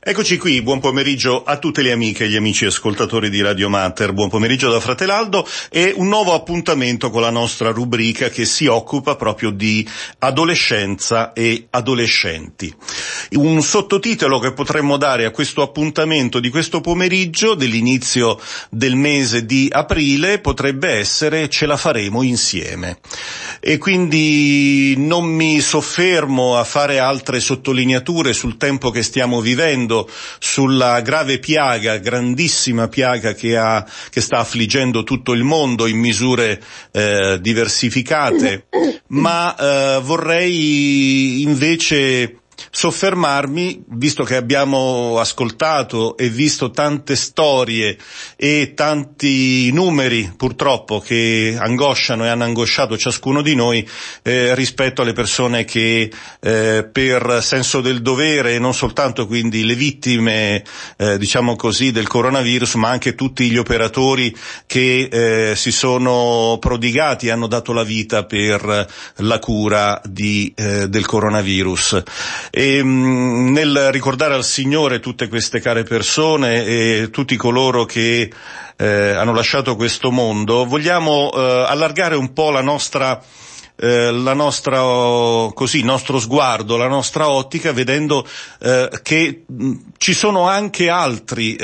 Eccoci qui, buon pomeriggio a tutte le amiche e gli amici ascoltatori di Radio Mater, buon pomeriggio da Fratelaldo e un nuovo appuntamento con la nostra rubrica che si occupa proprio di adolescenza e adolescenti. Un sottotitolo che potremmo dare a questo appuntamento di questo pomeriggio dell'inizio del mese di aprile potrebbe essere "Ce la faremo insieme". E quindi non mi soffermo a fare altre sottolineature sul tempo che stiamo vivendo, sulla grave piaga, grandissima piaga che sta affliggendo tutto il mondo in misure diversificate, ma vorrei invece soffermarmi, visto che abbiamo ascoltato e visto tante storie e tanti numeri purtroppo che angosciano e hanno angosciato ciascuno di noi rispetto alle persone che per senso del dovere, e non soltanto quindi le vittime diciamo così del coronavirus, ma anche tutti gli operatori che si sono prodigati e hanno dato la vita per la cura del coronavirus. E nel ricordare al Signore tutte queste care persone e tutti coloro che hanno lasciato questo mondo, vogliamo allargare un po' il nostro sguardo, la nostra ottica, vedendo che ci sono anche altri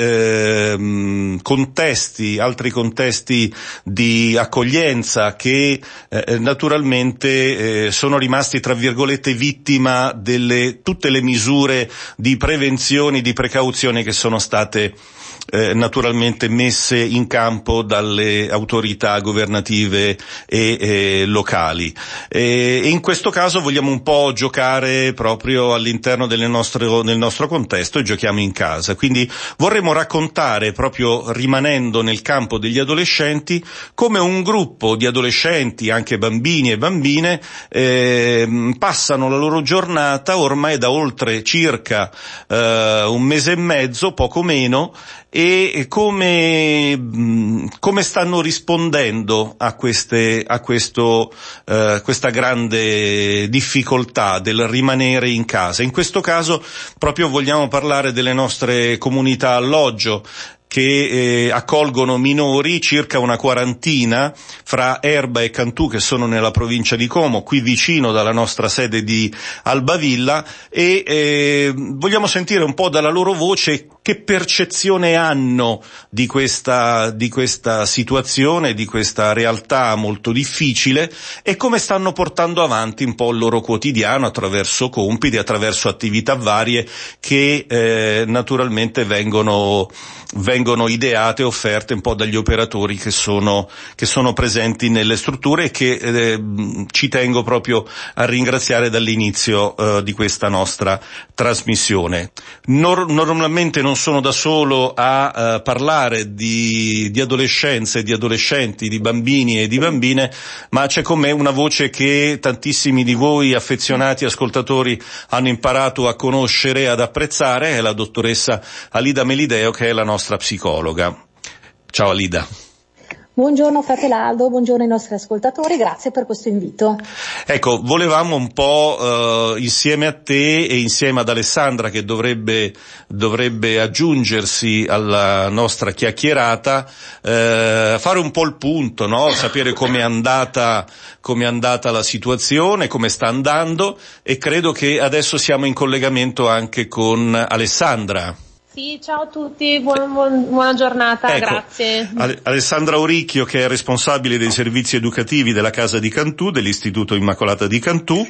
contesti di accoglienza che naturalmente sono rimasti tra virgolette vittima delle tutte le misure di prevenzione, di precauzione che sono state naturalmente messe in campo dalle autorità governative e locali. E in questo caso vogliamo un po' giocare proprio all'interno nel nostro contesto e giochiamo in casa. Quindi vorremmo raccontare, proprio rimanendo nel campo degli adolescenti, come un gruppo di adolescenti, anche bambini e bambine, passano la loro giornata ormai da oltre circa un mese e mezzo, poco meno, e come stanno rispondendo a questa grande difficoltà del rimanere in casa. In questo caso proprio vogliamo parlare delle nostre comunità alloggio che accolgono minori, circa una quarantina, fra Erba e Cantù, che sono nella provincia di Como, qui vicino dalla nostra sede di Albavilla, e vogliamo sentire un po' dalla loro voce che percezione hanno di questa situazione, di questa realtà molto difficile, e come stanno portando avanti un po' il loro quotidiano attraverso compiti, attraverso attività varie che naturalmente vengono ideate e offerte un po' dagli operatori che sono presenti nelle strutture e che ci tengo proprio a ringraziare dall'inizio di questa nostra trasmissione. Normalmente non sono da solo a parlare di adolescenze, di adolescenti, di bambini e di bambine, ma c'è con me una voce che tantissimi di voi affezionati ascoltatori hanno imparato a conoscere e ad apprezzare, è la dottoressa Alida Melideo, che è la nostra psicologa. Ciao Alida. Buongiorno Fratelaldo, buongiorno ai nostri ascoltatori, grazie per questo invito. Ecco, volevamo un po' insieme a te e insieme ad Alessandra, che dovrebbe aggiungersi alla nostra chiacchierata, fare un po' il punto, no? Sapere come è andata la situazione, come sta andando, e credo che adesso siamo in collegamento anche con Alessandra. Sì, ciao a tutti, buona giornata, ecco, grazie. Alessandra Oricchio, che è responsabile dei servizi educativi della Casa di Cantù, dell'Istituto Immacolata di Cantù.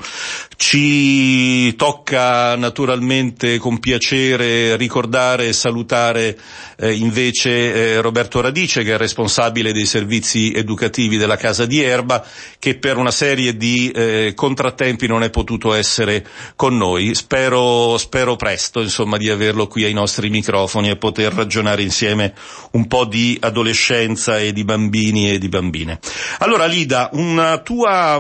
Ci tocca naturalmente con piacere ricordare e salutare invece Roberto Radice, che è responsabile dei servizi educativi della Casa di Erba, che per una serie di contrattempi non è potuto essere con noi. Spero presto, insomma, di averlo qui ai nostri microfoni e poter ragionare insieme un po' di adolescenza e di bambini e di bambine. Allora Lida, una tua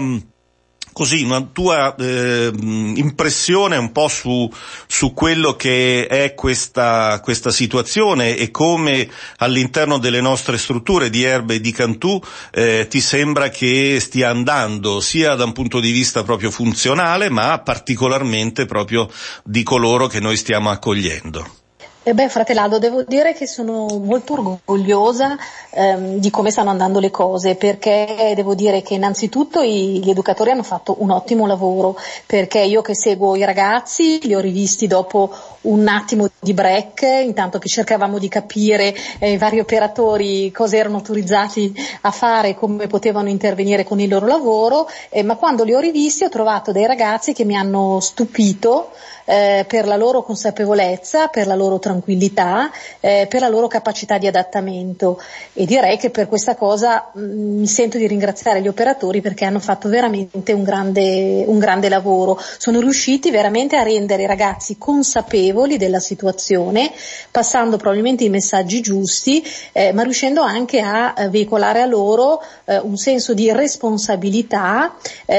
impressione un po' su quello che è questa situazione e come all'interno delle nostre strutture di Erba e di Cantù ti sembra che stia andando, sia da un punto di vista proprio funzionale, ma particolarmente proprio di coloro che noi stiamo accogliendo. Fratelaldo, devo dire che sono molto orgogliosa di come stanno andando le cose, perché devo dire che innanzitutto gli educatori hanno fatto un ottimo lavoro, perché io che seguo i ragazzi li ho rivisti dopo un attimo di break, intanto che cercavamo di capire i vari operatori cosa erano autorizzati a fare, come potevano intervenire con il loro lavoro, ma quando li ho rivisti ho trovato dei ragazzi che mi hanno stupito per la loro consapevolezza, per la loro tranquillità, per la loro capacità di adattamento, e direi che per questa cosa mi sento di ringraziare gli operatori, perché hanno fatto veramente un grande lavoro. Sono riusciti veramente a rendere i ragazzi consapevoli della situazione, passando probabilmente i messaggi giusti, ma riuscendo anche a veicolare a loro un senso di responsabilità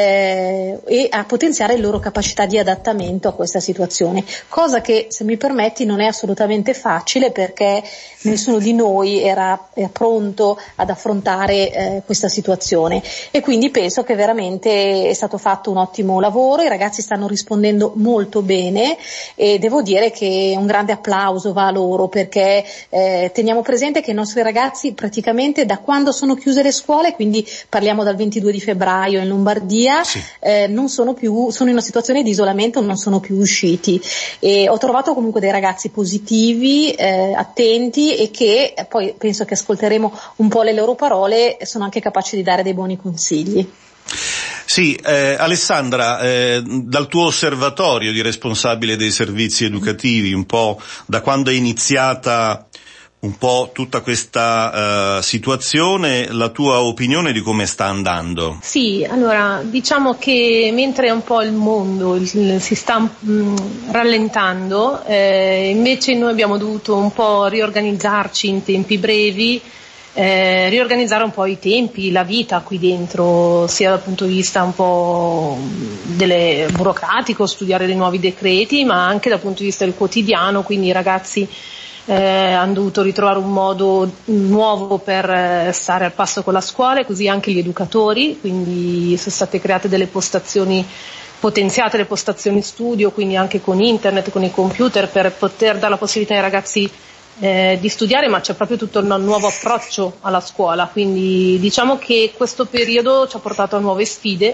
e a potenziare le loro capacità di adattamento a questa situazione, cosa che, se mi permetti, non è assolutamente facile, perché nessuno di noi era pronto ad affrontare questa situazione, e quindi penso che veramente è stato fatto un ottimo lavoro. I ragazzi stanno rispondendo molto bene e devo dire che un grande applauso va a loro, perché teniamo presente che i nostri ragazzi praticamente da quando sono chiuse le scuole, quindi parliamo dal 22 di febbraio in Lombardia, sì, non sono in una situazione di isolamento, non sono più usciti, e ho trovato comunque dei ragazzi positivi, attenti, e che poi penso che ascolteremo un po' le loro parole, sono anche capaci di dare dei buoni consigli. Sì, Alessandra, dal tuo osservatorio di responsabile dei servizi educativi, un po' da quando è iniziata un po' tutta questa situazione, la tua opinione di come sta andando? Sì, allora diciamo che mentre un po' il mondo si sta rallentando, invece noi abbiamo dovuto un po' riorganizzarci in tempi brevi, riorganizzare un po' i tempi, la vita qui dentro, sia dal punto di vista un po' burocratico, studiare dei nuovi decreti, ma anche dal punto di vista del quotidiano, quindi i ragazzi hanno dovuto ritrovare un modo nuovo per stare al passo con la scuola, e così anche gli educatori, quindi sono state create delle postazioni, potenziate le postazioni studio, quindi anche con internet, con i computer, per poter dare la possibilità ai ragazzi di studiare, ma c'è proprio tutto un nuovo approccio alla scuola, quindi diciamo che questo periodo ci ha portato a nuove sfide,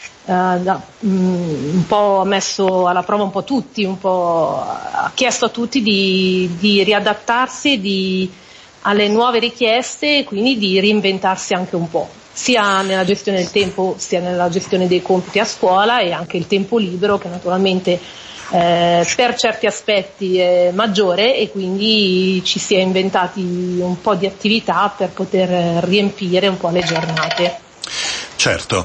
un po' ha messo alla prova un po' tutti, ha chiesto a tutti di riadattarsi alle nuove richieste, e quindi di reinventarsi anche un po', sia nella gestione del tempo, sia nella gestione dei compiti a scuola, e anche il tempo libero, che naturalmente per certi aspetti è maggiore, e quindi ci si è inventati un po' di attività per poter riempire un po' le giornate. Certo.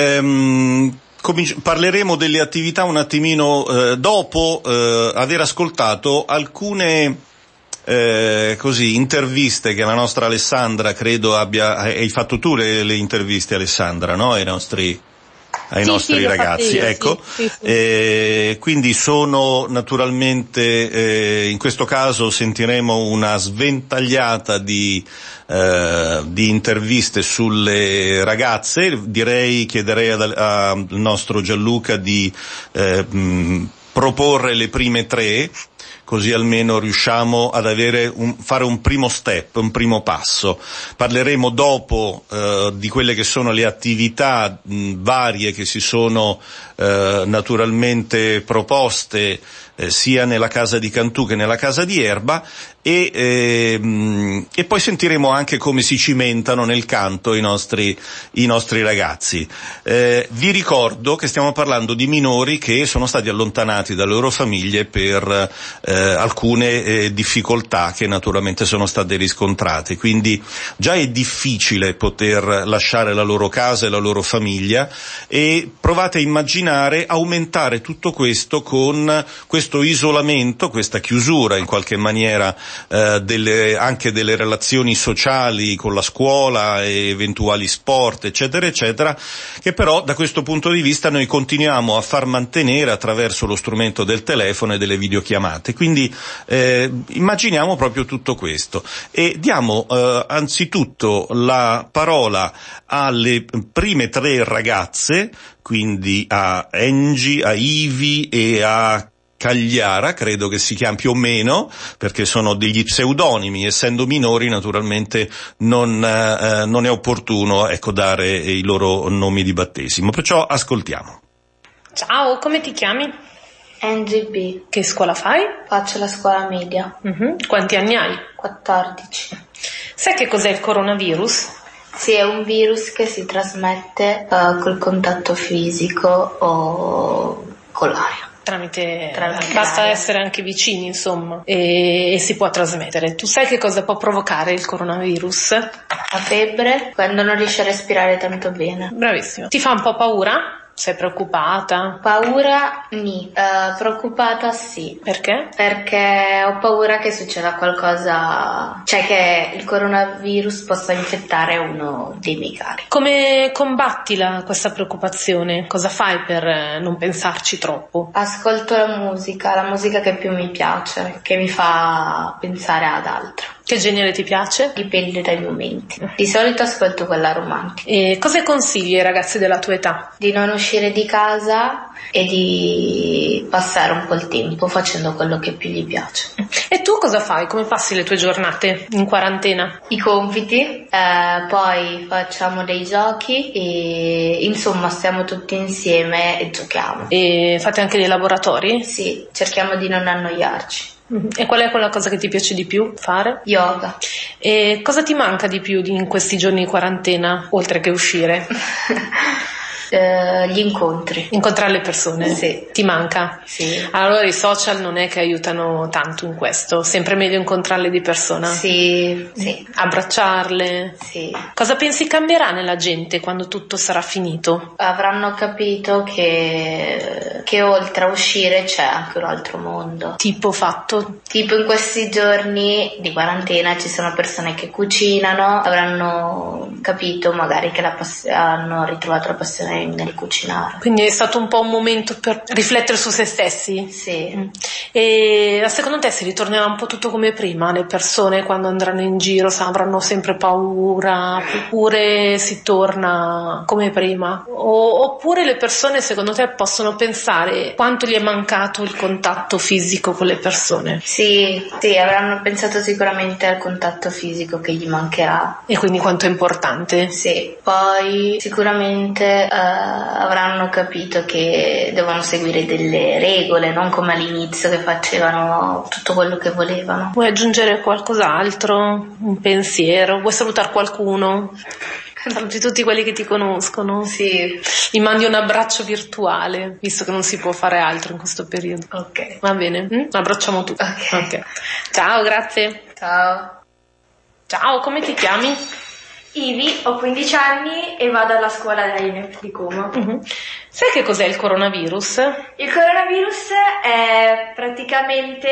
Parleremo delle attività un attimino dopo aver ascoltato alcune interviste che la nostra Alessandra, credo hai fatto tu le interviste, Alessandra, no? Ai nostri ragazzi, io, ecco. sì. Quindi sono naturalmente, in questo caso sentiremo una sventagliata di interviste sulle ragazze. Chiederei al nostro Gianluca di proporre le prime tre, così almeno riusciamo ad fare un primo step, un primo passo. Parleremo dopo di quelle che sono le attività varie che si sono naturalmente proposte sia nella casa di Cantù che nella casa di Erba, e poi sentiremo anche come si cimentano nel canto i nostri ragazzi. Vi ricordo che stiamo parlando di minori che sono stati allontanati dalle loro famiglie per alcune difficoltà che naturalmente sono state riscontrate, quindi già è difficile poter lasciare la loro casa e la loro famiglia, e provate a immaginare aumentare tutto questo con questo isolamento, questa chiusura in qualche maniera anche delle relazioni sociali con la scuola e eventuali sport, eccetera eccetera, che però da questo punto di vista noi continuiamo a far mantenere attraverso lo strumento del telefono e delle videochiamate. Quindi immaginiamo proprio tutto questo, e diamo anzitutto la parola alle prime tre ragazze, quindi a Angie, a Ivi e a Cagliara, credo che si chiami più o meno, perché sono degli pseudonimi, essendo minori naturalmente non è opportuno, ecco, dare i loro nomi di battesimo, perciò ascoltiamo. Ciao, come ti chiami? NGB. Che scuola fai? Faccio la scuola media. Quanti anni hai? 14. Sai che cos'è il coronavirus? Sì, è un virus che si trasmette col contatto fisico o con l'aria. Tramite l'aria. basta essere anche vicini, insomma, e si può trasmettere. Tu sai che cosa può provocare il coronavirus? La febbre, quando non riesci a respirare tanto bene. Bravissimo. Ti fa un po' paura? Sei preoccupata? Paura nì, preoccupata sì. Perché? Perché ho paura che succeda qualcosa, cioè che il coronavirus possa infettare uno dei miei cari. Come combatti questa preoccupazione? Cosa fai per non pensarci troppo? Ascolto la musica che più mi piace, che mi fa pensare ad altro. Che genere ti piace? Dipende dai momenti. Di solito ascolto quella romantica. E cosa consigli ai ragazzi della tua età? Di non uscire di casa e di passare un po' il tempo facendo quello che più gli piace. E tu cosa fai? Come passi le tue giornate in quarantena? I compiti, poi facciamo dei giochi e insomma stiamo tutti insieme e giochiamo. E fate anche dei laboratori? Sì, cerchiamo di non annoiarci. E qual è quella cosa che ti piace di più fare? Yoga. E cosa ti manca di più in questi giorni di quarantena, oltre che uscire? Gli incontri. Incontrare le persone? Sì. Ti manca? Sì. Allora i social non è che aiutano tanto in questo, sempre meglio incontrarle di persona? Sì, sì. Abbracciarle? Sì. Cosa pensi cambierà nella gente quando tutto sarà finito? Avranno capito che oltre a uscire c'è anche un altro mondo. Tipo fatto? Tipo in questi giorni di quarantena ci sono persone che cucinano, avranno capito magari che hanno ritrovato la passione nel cucinare. Quindi è stato un po' un momento per riflettere su se stessi? Sì. E secondo te si ritornerà un po' tutto come prima? Le persone quando andranno in giro avranno sempre paura, oppure si torna come prima? Oppure le persone secondo te possono pensare quanto gli è mancato il contatto fisico con le persone? Sì, avranno pensato sicuramente al contatto fisico che gli mancherà. E quindi quanto è importante? Sì, poi sicuramente avranno capito che devono seguire delle regole, non come all'inizio che facevano tutto quello che volevano. Vuoi aggiungere qualcos'altro? Un pensiero? Vuoi salutare qualcuno? Saluti tutti quelli che ti conoscono? Sì. Gli mandi un abbraccio virtuale, visto che non si può fare altro in questo periodo. Ok. Va bene? Abbracciamo tutti. Ok. Ciao, grazie. Ciao. Ciao, come ti chiami? Ivi, ho 15 anni e vado alla scuola dell'INEF di Como. Sai che cos'è il coronavirus? Il coronavirus è praticamente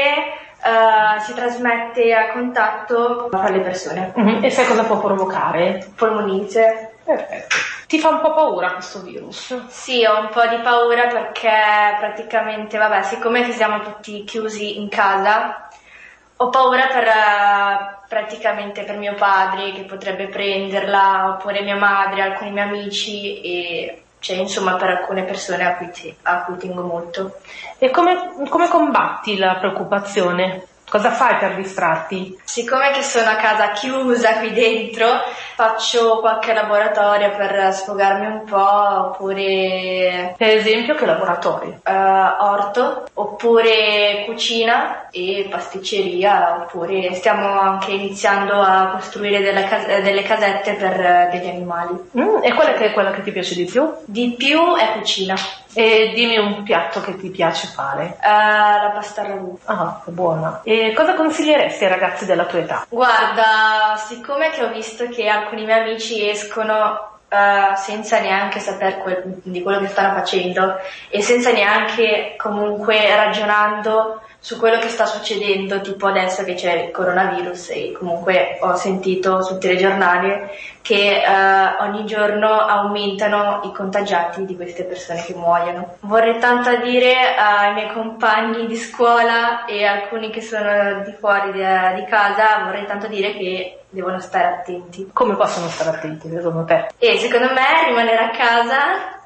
si trasmette a contatto tra le persone. E sai cosa può provocare? Polmonite. Perfetto. Ti fa un po' paura questo virus? Sì, ho un po' di paura perché praticamente, siccome siamo tutti chiusi in casa, ho paura praticamente per mio padre che potrebbe prenderla, oppure mia madre, alcuni miei amici e per alcune persone a cui tengo molto. E come combatti la preoccupazione? Cosa fai per distrarti? Siccome che sono a casa chiusa qui dentro, faccio qualche laboratorio per sfogarmi un po', oppure... Per esempio, che laboratori? Orto, oppure cucina e pasticceria, oppure stiamo anche iniziando a costruire delle casette per degli animali. E qual è quella che ti piace di più? Di più è cucina. E dimmi un piatto che ti piace fare. La pasta al ragù. Ah, che buona. E cosa consiglieresti ai ragazzi della tua età? Guarda, siccome che ho visto che alcuni miei amici escono senza neanche sapere di quello che stanno facendo e senza neanche comunque ragionando su quello che sta succedendo, tipo adesso che c'è il coronavirus e comunque ho sentito sul telegiornale che ogni giorno aumentano i contagiati di queste persone che muoiono. Vorrei tanto dire ai miei compagni di scuola e alcuni che sono di fuori di casa, vorrei tanto dire che devono stare attenti. Come possono stare attenti secondo te? E secondo me rimanere a casa,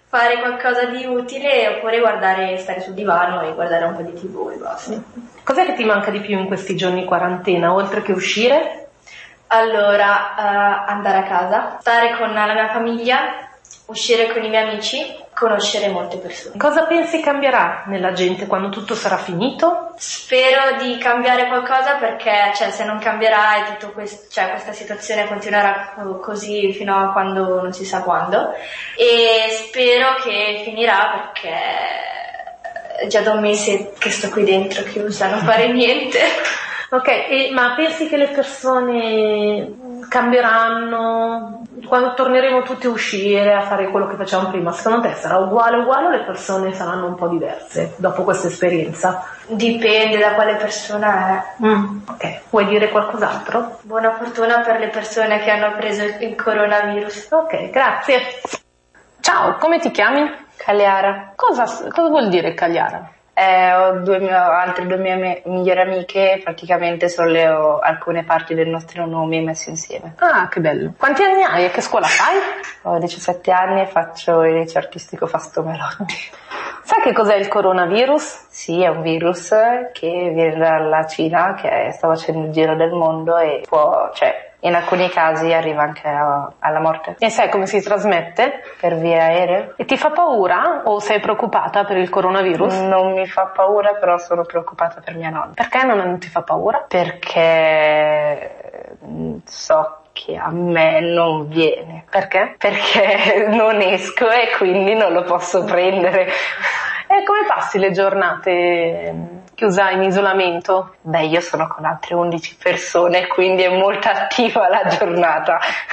fare qualcosa di utile oppure stare sul divano e guardare un po' di TV e basta. Cos'è che ti manca di più in questi giorni di quarantena, oltre che uscire? Allora, andare a casa, stare con la mia famiglia, uscire con i miei amici, conoscere molte persone. Cosa pensi cambierà nella gente quando tutto sarà finito? Spero di cambiare qualcosa perché se non cambierà e tutto questa situazione continuerà così fino a quando non si sa quando, e spero che finirà perché è già da un mese che sto qui dentro chiusa, non fare niente. Ok, ma pensi che le persone cambieranno quando torneremo tutti a uscire, a fare quello che facevamo prima? Secondo te sarà uguale o le persone saranno un po' diverse dopo questa esperienza? Dipende da quale persona è. Ok, vuoi dire qualcos'altro? Buona fortuna per le persone che hanno preso il coronavirus. Ok, grazie. Ciao, come ti chiami? Cagliara. Cosa vuol dire Cagliara? Ho altre due mie migliori amiche, praticamente sono alcune parti del nostro nome messi insieme. Ah, che bello. Quanti anni hai e che scuola fai? Ho 17 anni e faccio il liceo artistico Fasto Melotti. Sai che cos'è il coronavirus? Sì, è un virus che viene dalla Cina, che sta facendo il giro del mondo e in alcuni casi arriva anche alla morte. E sai come si trasmette? Per via aerea. E ti fa paura o sei preoccupata per il coronavirus? Non mi fa paura, però sono preoccupata per mia nonna. Perché non ti fa paura? Perché so che a me non viene. Perché? Perché non esco e quindi non lo posso prendere. E come passi le giornate chiusa in isolamento? Beh, io sono con altre 11 persone, quindi è molto attiva la giornata.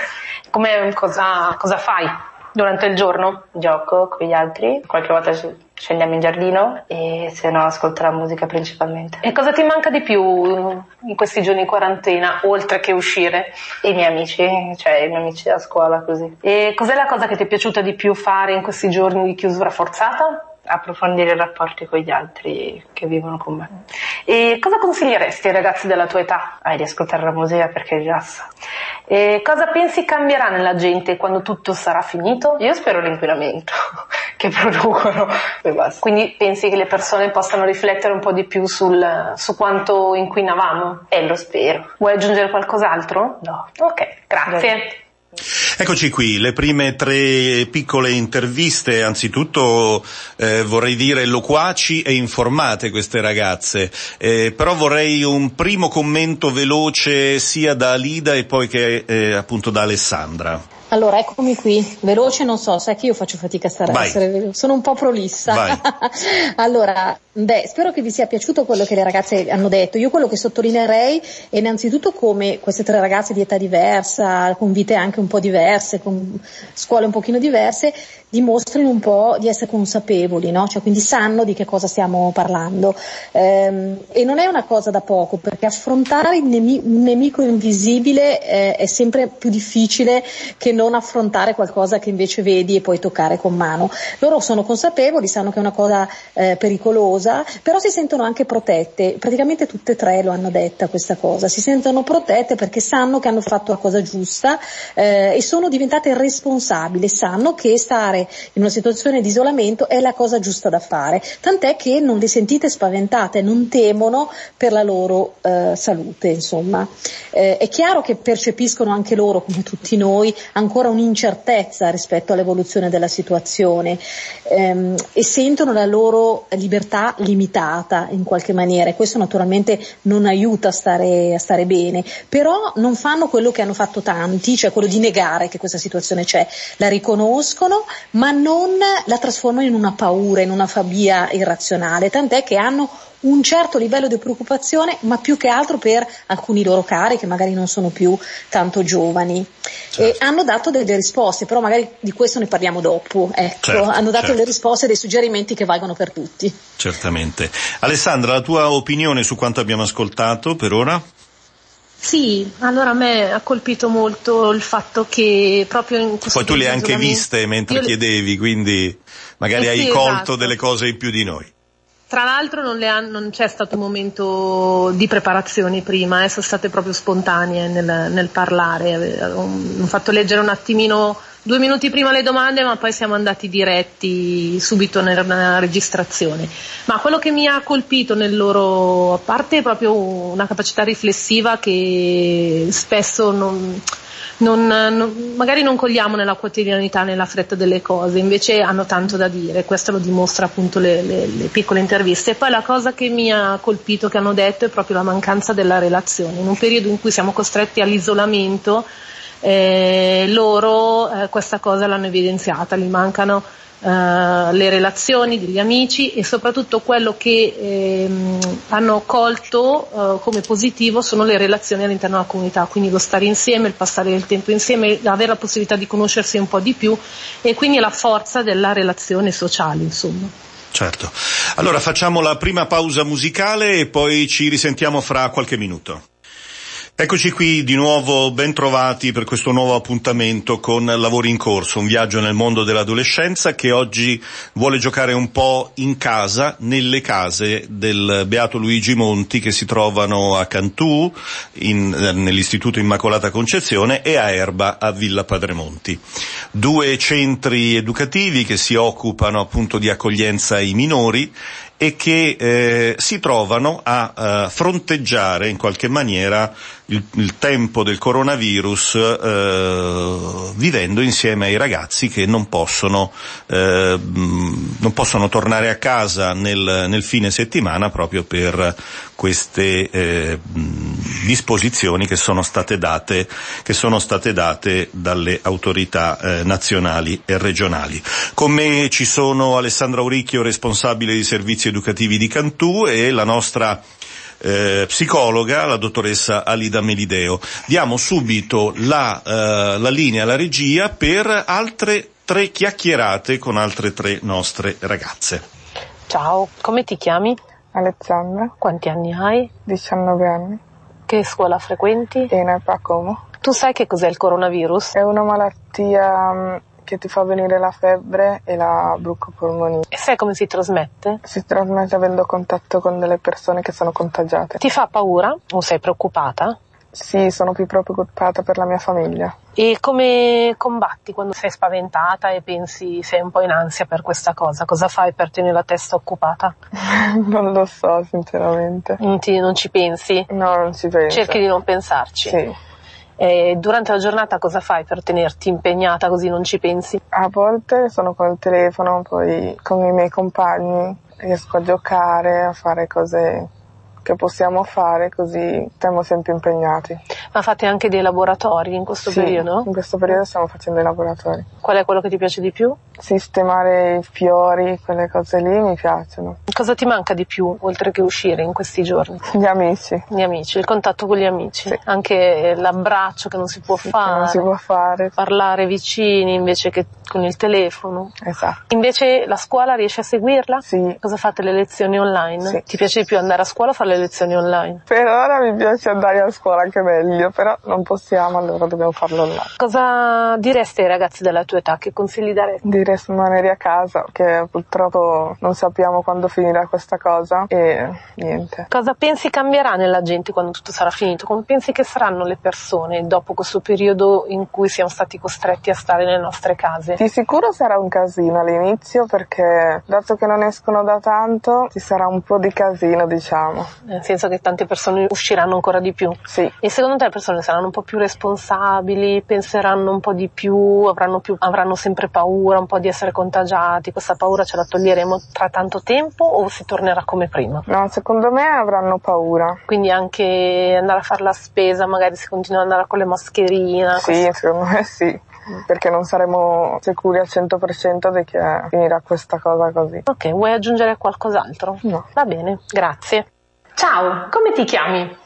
Cosa fai durante il giorno? Gioco con gli altri, qualche volta scendiamo in giardino e se no ascolto la musica principalmente. E cosa ti manca di più in questi giorni di quarantena, oltre che uscire? I miei amici da scuola, così. E cos'è la cosa che ti è piaciuta di più fare in questi giorni di chiusura forzata? Approfondire i rapporti con gli altri che vivono con me. E cosa consiglieresti ai ragazzi della tua età? Di ascoltare la musica perché rilassa. E cosa pensi cambierà nella gente quando tutto sarà finito? Io spero l'inquinamento che producono e basta. Quindi pensi che le persone possano riflettere un po' di più su quanto inquinavamo? Lo spero. Vuoi aggiungere qualcos'altro? No. Ok, grazie. Eccoci qui, le prime 3 piccole interviste, anzitutto vorrei dire loquaci e informate queste ragazze, però vorrei un primo commento veloce sia da Alida e poi che appunto da Alessandra. Allora, eccomi qui, veloce non so, sai che io faccio fatica a essere veloce, sono un po' prolissa. Allora, spero che vi sia piaciuto quello che le ragazze hanno detto. Io quello che sottolineerei è innanzitutto come queste 3 ragazze di età diversa, con vite anche un po' diverse, con scuole un pochino diverse, dimostrino un po' di essere consapevoli, no? Cioè, quindi sanno di che cosa stiamo parlando. E non è una cosa da poco, perché affrontare un nemico invisibile è sempre più difficile che non affrontare qualcosa che invece vedi e puoi toccare con mano. Loro sono consapevoli, sanno che è una cosa pericolosa, però si sentono anche protette. Praticamente tutte e 3 lo hanno detta questa cosa, si sentono protette perché sanno che hanno fatto la cosa giusta e sono diventate responsabili, sanno che stare in una situazione di isolamento è la cosa giusta da fare, tant'è che non le sentite spaventate, non temono per la loro salute, insomma. È chiaro che percepiscono anche loro, come tutti noi, ancora un'incertezza rispetto all'evoluzione della situazione e sentono la loro libertà limitata in qualche maniera, e questo naturalmente non aiuta a stare bene, però non fanno quello che hanno fatto tanti, cioè quello di negare che questa situazione c'è, la riconoscono ma non la trasformano in una paura, in una fobia irrazionale, tant'è che hanno un certo livello di preoccupazione, ma più che altro per alcuni loro cari che magari non sono più tanto giovani. Certo. E hanno dato delle risposte, però magari di questo ne parliamo dopo. Ecco, certo, hanno dato delle risposte, dei suggerimenti che valgono per tutti. Certamente. Alessandra, la tua opinione su quanto abbiamo ascoltato per ora? Sì, allora a me ha colpito molto il fatto che proprio in questo poi tu le hai anche viste mentre chiedevi, quindi magari hai colto delle cose in più di noi. Tra l'altro non c'è stato un momento di preparazione prima, sono state proprio spontanee nel parlare. Ho fatto leggere un attimino 2 minuti prima le domande, ma poi siamo andati diretti subito nella registrazione. Ma quello che mi ha colpito nel loro, a parte proprio una capacità riflessiva che spesso magari non cogliamo nella quotidianità, nella fretta delle cose, invece hanno tanto da dire, questo lo dimostra appunto le piccole interviste. E poi la cosa che mi ha colpito che hanno detto è proprio la mancanza della relazione. In un periodo in cui siamo costretti all'isolamento, loro questa cosa l'hanno evidenziata, gli mancano le relazioni degli amici, e soprattutto quello che hanno colto come positivo sono le relazioni all'interno della comunità, quindi lo stare insieme, il passare del tempo insieme, avere la possibilità di conoscersi un po' di più, e quindi la forza della relazione sociale, insomma. Certo. Allora facciamo la prima pausa musicale e poi ci risentiamo fra qualche minuto. Eccoci qui di nuovo, ben trovati per questo nuovo appuntamento con Lavori in Corso, un viaggio nel mondo dell'adolescenza che oggi vuole giocare un po' in casa, nelle case del Beato Luigi Monti, che si trovano a Cantù, nell'Istituto Immacolata Concezione, e a Erba, a Villa Padremonti. 2 centri educativi che si occupano appunto di accoglienza ai minori e che si trovano a fronteggiare in qualche maniera il tempo del coronavirus vivendo insieme ai ragazzi che non possono tornare a casa nel fine settimana proprio per queste disposizioni che sono state date dalle autorità nazionali e regionali. Con me ci sono Alessandra Auricchio, responsabile di servizi educativi di Cantù, e la nostra psicologa, la dottoressa Alida Melideo. Diamo subito la linea alla regia per altre 3 chiacchierate con altre 3 nostre ragazze. Ciao, come ti chiami? Alessandra. Quanti anni hai? 19 anni. Che scuola frequenti? In Como. Tu sai che cos'è il coronavirus? È una malattia che ti fa venire la febbre e la brucopolmonite. E sai come si trasmette? Si trasmette avendo contatto con delle persone che sono contagiate. Ti fa paura o sei preoccupata? Sì, sono più preoccupata per la mia famiglia. E come combatti quando sei spaventata e pensi, sei un po' in ansia per questa cosa? Cosa fai per tenere la testa occupata? Non lo so, sinceramente. Non ci pensi? No, non ci penso. Cerchi di non pensarci? Sì. E durante la giornata cosa fai per tenerti impegnata così non ci pensi? A volte sono col telefono, poi con i miei compagni riesco a giocare, a fare cose che possiamo fare, così stiamo sempre impegnati. Ma fate anche dei laboratori in questo periodo? In questo periodo stiamo facendo i laboratori. Qual è quello che ti piace di più? Sistemare i fiori, quelle cose lì mi piacciono. Cosa ti manca di più, oltre che uscire in questi giorni? Gli amici. Gli amici, il contatto con gli amici. Sì. Anche l'abbraccio che non si può fare. Non si può fare. Parlare vicini invece che con il telefono. Esatto. Invece la scuola riesci a seguirla? Sì. Cosa fate, le lezioni online? Sì. Ti piace di più andare a scuola o fare le lezioni online? Per ora mi piace andare a scuola anche meglio, però non possiamo, allora dobbiamo farlo online. Cosa diresti ai ragazzi della tua età? Che consigli daresti? Di rimanere a casa, che purtroppo non sappiamo quando finirà questa cosa e niente. Cosa pensi cambierà nella gente quando tutto sarà finito? Come pensi che saranno le persone dopo questo periodo in cui siamo stati costretti a stare nelle nostre case? Di sicuro sarà un casino all'inizio, perché dato che non escono da tanto ci sarà un po' di casino, diciamo. Nel senso che tante persone usciranno ancora di più. Sì. E secondo te le persone saranno un po' più responsabili, penseranno un po' di più, avranno sempre paura un po' di essere contagiati? Questa paura ce la toglieremo tra tanto tempo o si tornerà come prima? No, secondo me avranno paura. Quindi anche andare a fare la spesa, magari si continua ad andare con le mascherine? Sì, secondo me sì. Perché non saremo sicuri al 100% di che finirà questa cosa così. Ok, vuoi aggiungere qualcos'altro? No. Va bene, grazie. Ciao, come ti chiami?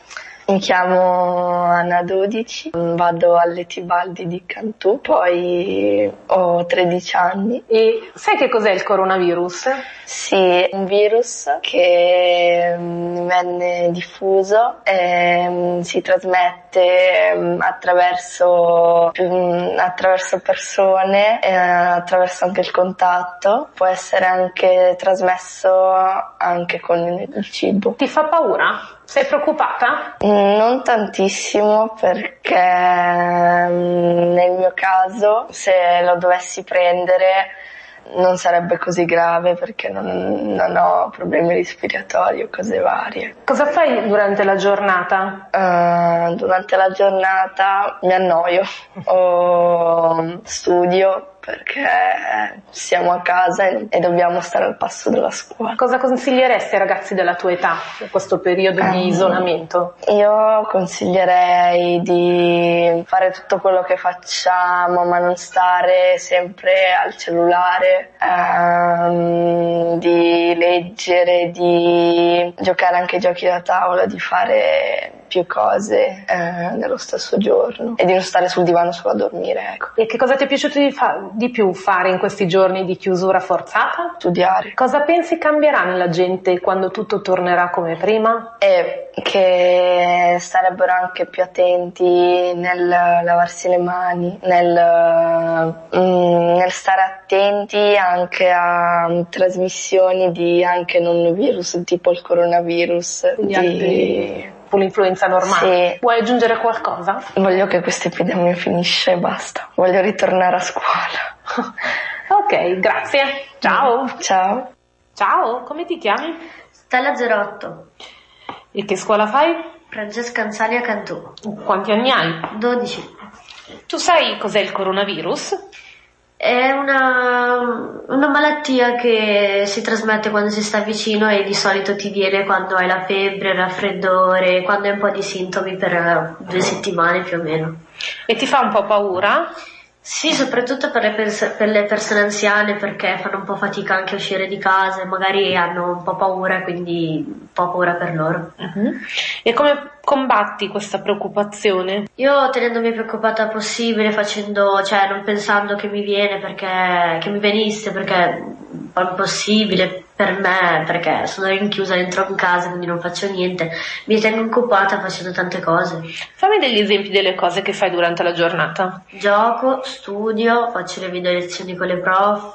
Mi chiamo Anna 12, vado alle Tibaldi di Cantù, poi ho 13 anni. E sai che cos'è il coronavirus? Sì, è un virus che venne diffuso e si trasmette attraverso persone, attraverso anche il contatto, può essere anche trasmesso anche con il cibo. Ti fa paura? Sei preoccupata? Non tantissimo, perché nel mio caso, se lo dovessi prendere, non sarebbe così grave, perché non ho problemi respiratori o cose varie. Cosa fai durante la giornata? Durante la giornata mi annoio o studio, perché siamo a casa e dobbiamo stare al passo della scuola. Cosa consiglieresti ai ragazzi della tua età in questo periodo di isolamento? Io consiglierei di fare tutto quello che facciamo, ma non stare sempre al cellulare, di leggere, di giocare anche giochi da tavola, di fare più cose nello stesso giorno e di non stare sul divano solo a dormire, ecco. E che cosa ti è piaciuto di più fare in questi giorni di chiusura forzata? Studiare. Cosa pensi cambierà nella gente quando tutto tornerà come prima? E che sarebbero anche più attenti nel lavarsi le mani, nel stare attenti anche a trasmissioni di anche non virus, tipo il coronavirus. L'influenza normale. Sì. Vuoi aggiungere qualcosa? Voglio che questa epidemia finisca e basta. Voglio ritornare a scuola. Ok, grazie. Ciao. Ciao. Ciao, come ti chiami? Stella 08. E che scuola fai? Francesca Anzali a Cantù. Quanti anni hai? 12. Tu sai cos'è il coronavirus? È una malattia che si trasmette quando si sta vicino e di solito ti viene quando hai la febbre, il raffreddore, quando hai un po' di sintomi per 2 settimane più o meno. E ti fa un po' paura? Sì, soprattutto per le persone anziane, perché fanno un po' fatica anche a uscire di casa e magari hanno un po' paura, quindi un po' paura per loro. Uh-huh. E come combatti questa preoccupazione? Io tenendomi preoccupata possibile, non pensando che mi venisse, perché è un po' impossibile per me, perché sono rinchiusa dentro in casa, quindi non faccio niente. Mi tengo occupata facendo tante cose. Fammi degli esempi delle cose che fai durante la giornata. Gioco, studio, faccio le video lezioni con le prof,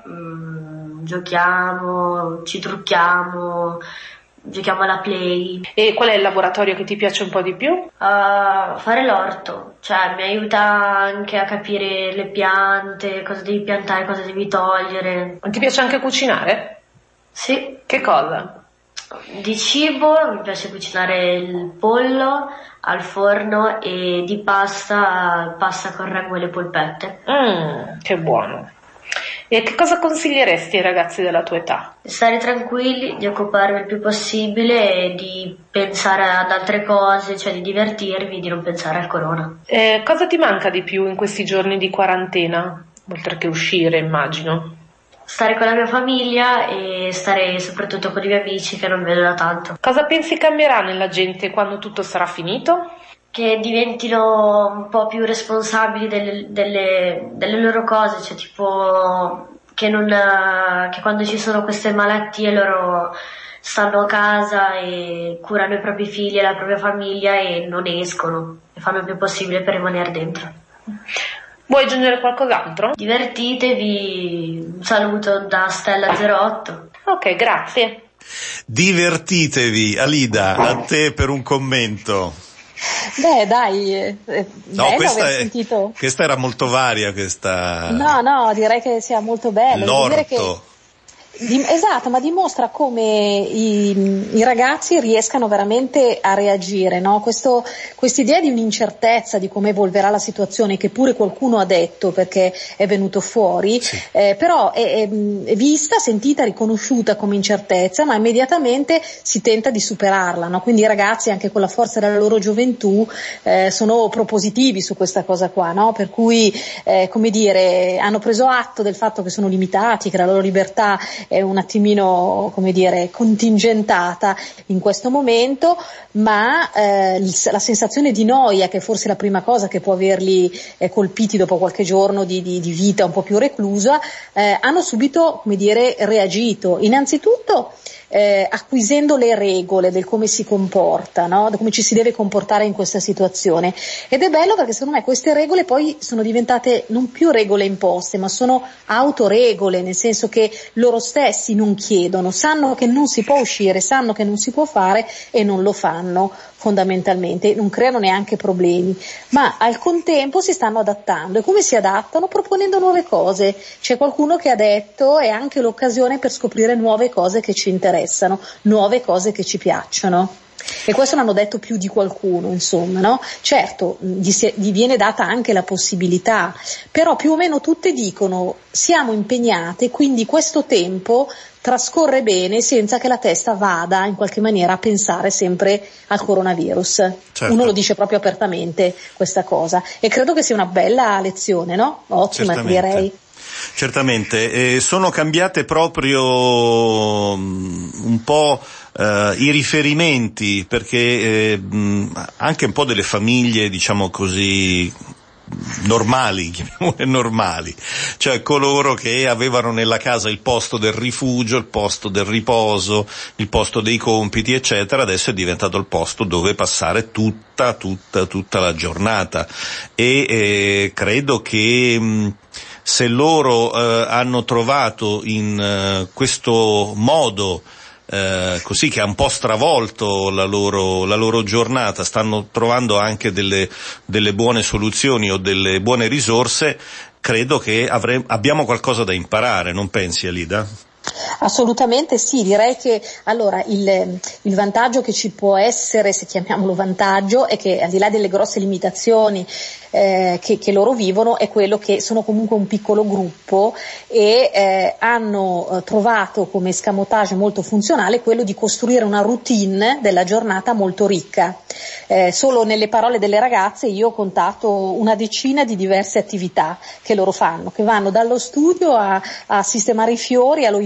giochiamo, ci trucchiamo, giochiamo alla play. E qual è il laboratorio che ti piace un po' di più? Fare l'orto, cioè mi aiuta anche a capire le piante, cosa devi piantare, cosa devi togliere. Ti piace anche cucinare? Sì. Che cosa? Di cibo mi piace cucinare il pollo al forno e di pasta con ragù e le polpette. Che buono. E che cosa consiglieresti ai ragazzi della tua età? Stare tranquilli, di occuparvi il più possibile e di pensare ad altre cose, cioè di divertirvi, di non pensare al corona. Cosa ti manca di più in questi giorni di quarantena? Oltre che uscire, immagino. Stare con la mia famiglia e stare soprattutto con i miei amici che non vedo da tanto. Cosa pensi cambierà nella gente quando tutto sarà finito? Che diventino un po' più responsabili delle loro cose, cioè tipo che quando ci sono queste malattie loro stanno a casa e curano i propri figli e la propria famiglia e non escono e fanno il più possibile per rimanere dentro. Vuoi aggiungere qualcos'altro? Divertitevi, un saluto da Stella 08. Ok, grazie. Divertitevi, Alida, a te per un commento. Beh, dai, no, sentito. Questa era molto varia, questa. No, direi che sia molto bello. L'orto. Esatto, ma dimostra come i ragazzi riescano veramente a reagire, no? Quest'idea di un'incertezza di come evolverà la situazione, che pure qualcuno ha detto perché è venuto fuori, sì. Però è vista, sentita, riconosciuta come incertezza, ma immediatamente si tenta di superarla, no? Quindi i ragazzi, anche con la forza della loro gioventù, sono propositivi su questa cosa qua, no? Per cui, hanno preso atto del fatto che sono limitati, che la loro libertà è un attimino, come dire, contingentata in questo momento, ma la sensazione di noia, che forse è la prima cosa che può averli colpiti dopo qualche giorno di vita un po' più reclusa, hanno subito, come dire, reagito. Innanzitutto acquisendo le regole del come si comporta, no? Come ci si deve comportare in questa situazione. Ed è bello perché secondo me queste regole poi sono diventate non più regole imposte, ma sono autoregole, nel senso che loro stessi non chiedono, sanno che non si può uscire, sanno che non si può fare e non lo fanno fondamentalmente, non creano neanche problemi, ma al contempo si stanno adattando. E come si adattano? Proponendo nuove cose. C'è qualcuno che ha detto è anche l'occasione per scoprire nuove cose che ci interessano, nuove cose che ci piacciono. E questo l'hanno detto più di qualcuno, insomma, no? Certo, gli viene data anche la possibilità, però più o meno tutte dicono siamo impegnate, quindi questo tempo trascorre bene senza che la testa vada in qualche maniera a pensare sempre al coronavirus. Certo. Uno lo dice proprio apertamente questa cosa e credo che sia una bella lezione, no? Ottima, direi. Certamente, sono cambiate proprio un po' i riferimenti, perché anche un po' delle famiglie, diciamo così, normali, chiamiamole normali, cioè coloro che avevano nella casa il posto del rifugio, il posto del riposo, il posto dei compiti, eccetera, adesso è diventato il posto dove passare tutta la giornata e credo che se loro hanno trovato in questo modo così, che ha un po' stravolto la loro giornata, stanno trovando anche delle buone soluzioni o delle buone risorse, credo che abbiamo qualcosa da imparare, non pensi, Alida? Assolutamente sì, direi che allora il vantaggio che ci può essere, se chiamiamolo vantaggio, è che al di là delle grosse limitazioni che loro vivono, è quello che sono comunque un piccolo gruppo e hanno trovato come escamotage molto funzionale quello di costruire una routine della giornata molto ricca. Solo nelle parole delle ragazze io ho contato una decina di diverse attività che loro fanno, che vanno dallo studio a sistemare i fiori, allo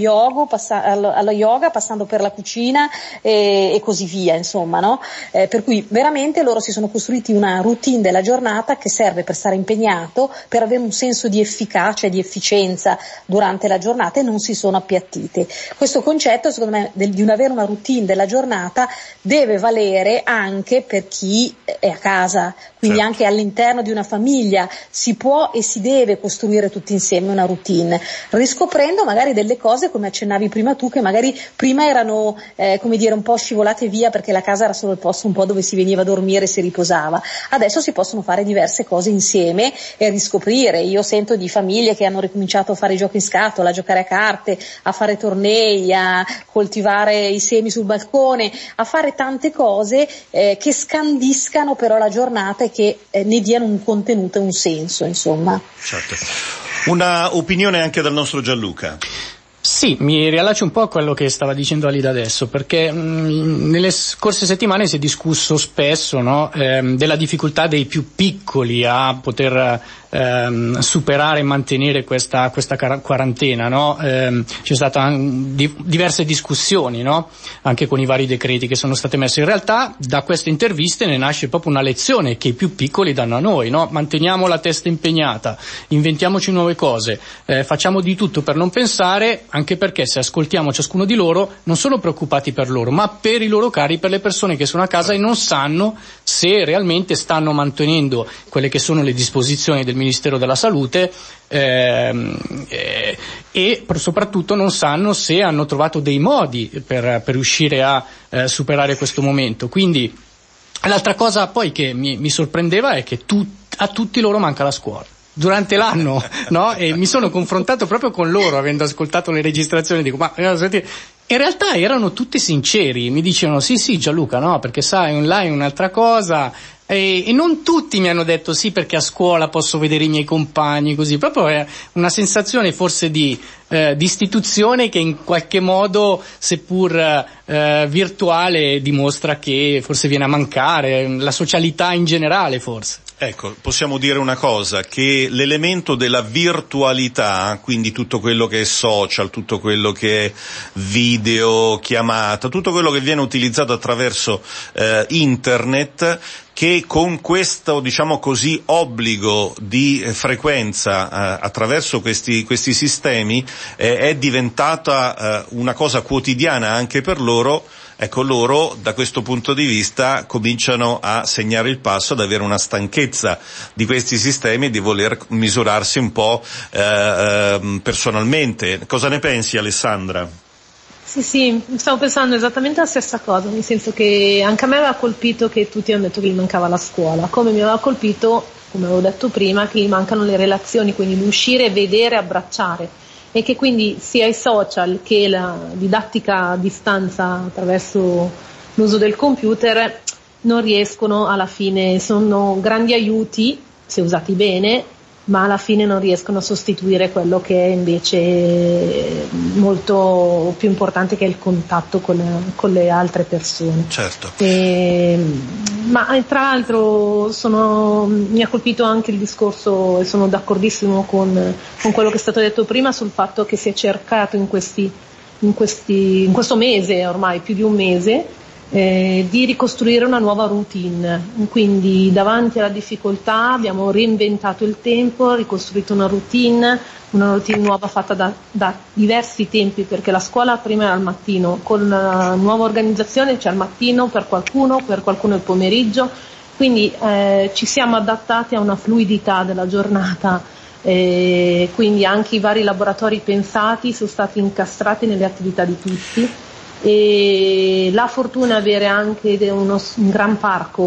yoga, passando per la cucina e così via, insomma, no? Per cui veramente loro si sono costruiti una routine della giornata che serve per stare impegnato, per avere un senso di efficacia e di efficienza durante la giornata e non si sono appiattite. Questo concetto, secondo me, di avere una routine della giornata deve valere anche per chi è a casa, quindi certo. Anche all'interno di una famiglia si può e si deve costruire tutti insieme una routine, riscoprendo magari delle cose, come accennavi prima tu, che magari prima erano come dire un po' scivolate via perché la casa era solo il posto un po' dove si veniva a dormire e si riposava. Adesso si possono fare diverse cose insieme e riscoprire. Io sento di famiglie che hanno ricominciato a fare i giochi in scatola, a giocare a carte, a fare tornei, a coltivare i semi sul balcone, a fare tante cose che scandiscano però la giornata e che ne diano un contenuto e un senso, insomma. Certo. Una opinione anche dal nostro Gianluca. Sì, mi riallaccio un po' a quello che stava dicendo Alida adesso, perché nelle scorse settimane si è discusso spesso, no, della difficoltà dei più piccoli a poter superare e mantenere questa quarantena, no? C'è stata diverse discussioni, no? Anche con i vari decreti che sono state messe. In realtà da queste interviste ne nasce proprio una lezione che i più piccoli danno a noi, no? Manteniamo la testa impegnata, inventiamoci nuove cose, facciamo di tutto per non pensare, anche perché se ascoltiamo ciascuno di loro non sono preoccupati per loro, ma per i loro cari, per le persone che sono a casa e non sanno se realmente stanno mantenendo quelle che sono le disposizioni del Ministero della Salute e soprattutto non sanno se hanno trovato dei modi per riuscire a superare questo momento. Quindi l'altra cosa poi che mi sorprendeva è che a tutti loro manca la scuola durante l'anno, no? E mi sono confrontato proprio con loro avendo ascoltato le registrazioni, dico ma in realtà erano tutti sinceri, mi dicevano sì Gianluca, no, perché sai online è un'altra cosa. E non tutti mi hanno detto sì perché a scuola posso vedere i miei compagni, così proprio è una sensazione forse di istituzione che in qualche modo, seppur virtuale, dimostra che forse viene a mancare la socialità in generale, forse. Ecco, possiamo dire una cosa, che l'elemento della virtualità, quindi tutto quello che è social, tutto quello che è videochiamata, tutto quello che viene utilizzato attraverso internet, che con questo, diciamo così, obbligo di frequenza attraverso questi sistemi è diventata una cosa quotidiana anche per loro. Ecco, loro da questo punto di vista cominciano a segnare il passo, ad avere una stanchezza di questi sistemi e di voler misurarsi un po' personalmente. Cosa ne pensi, Alessandra? Sì, stavo pensando esattamente la stessa cosa, nel senso che anche a me aveva colpito che tutti hanno detto che gli mancava la scuola, come mi aveva colpito, come avevo detto prima, che gli mancano le relazioni, quindi l'uscire, vedere, abbracciare. E che quindi sia i social che la didattica a distanza attraverso l'uso del computer non riescono alla fine, sono grandi aiuti se usati bene, ma alla fine non riescono a sostituire quello che è invece molto più importante, che è il contatto con le altre persone. Certo. Ma tra l'altro mi ha colpito anche il discorso, e sono d'accordissimo con quello che è stato detto prima, sul fatto che si è cercato in questo mese, ormai più di un mese, di ricostruire una nuova routine. Quindi davanti alla difficoltà abbiamo reinventato il tempo, ricostruito una routine nuova fatta da diversi tempi, perché la scuola prima era al mattino, con la nuova organizzazione c'è al mattino per qualcuno il pomeriggio, quindi ci siamo adattati a una fluidità della giornata, quindi anche i vari laboratori pensati sono stati incastrati nelle attività di tutti. E la fortuna è avere anche un gran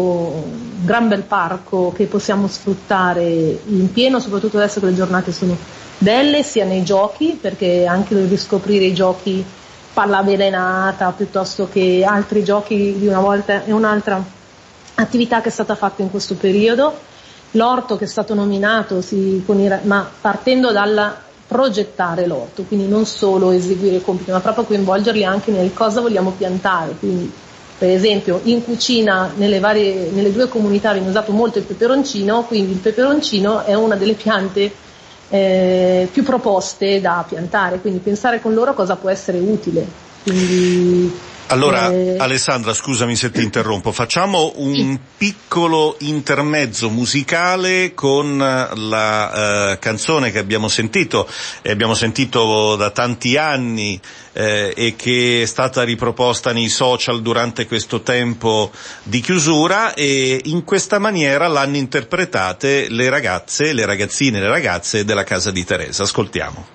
bel parco che possiamo sfruttare in pieno, soprattutto adesso che le giornate sono belle, sia nei giochi, perché anche riscoprire i giochi palla avvelenata piuttosto che altri giochi di una volta è un'altra attività che è stata fatta in questo periodo. L'orto che è stato nominato, ma partendo dalla progettare l'orto, quindi non solo eseguire i compiti, ma proprio coinvolgerli anche nel cosa vogliamo piantare. Quindi, per esempio, in cucina nelle due comunità viene usato molto il peperoncino, quindi il peperoncino è una delle piante più proposte da piantare, quindi pensare con loro cosa può essere utile. Quindi, allora, Alessandra, scusami se ti interrompo, facciamo un piccolo intermezzo musicale con la canzone che abbiamo sentito da tanti anni e che è stata riproposta nei social durante questo tempo di chiusura, e in questa maniera l'hanno interpretate le ragazzine e le ragazze della Casa di Teresa. Ascoltiamo.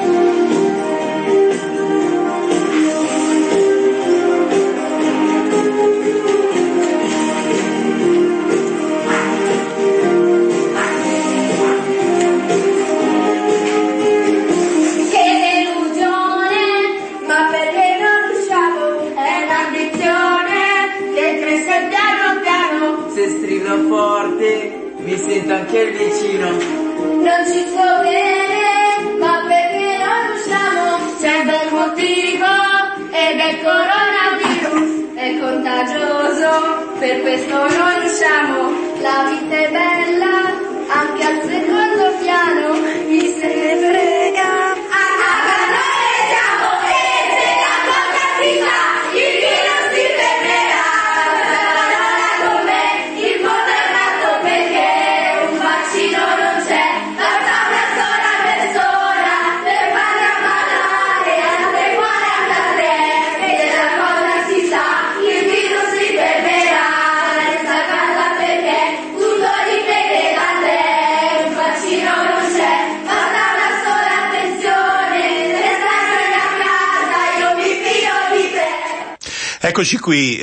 Mi sento anche il vicino. Non ci può bene, ma perché non usciamo? C'è un bel motivo ed è il coronavirus. È contagioso, per questo non usciamo. La vita è bella, anche al secondo piano. Chi se ne frega? Noi siamo e se la cosa si fa, il virus si fermerà. Con me, il mondo è nato perché un vaccino non c'è. Basta una sola persona per farla ammalare, altre buone andare. E della cosa si sa, il virus si fermerà. Resta a casa perché tutto dipende da te. Un vaccino non c'è, basta una sola attenzione. Resta a casa, io mi fio di te. Eccoci qui,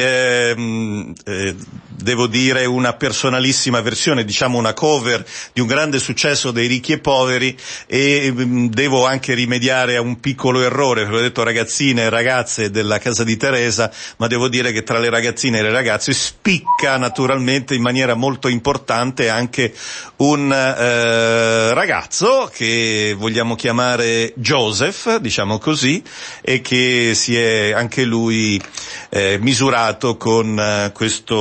devo dire una personalissima versione, diciamo una cover di un grande successo dei Ricchi e Poveri, e devo anche rimediare a un piccolo errore, perché ho detto ragazzine e ragazze della Casa di Teresa, ma devo dire che tra le ragazzine e le ragazze spicca naturalmente in maniera molto importante anche un ragazzo che vogliamo chiamare Joseph, diciamo così, e che si è anche lui misurato con questo successo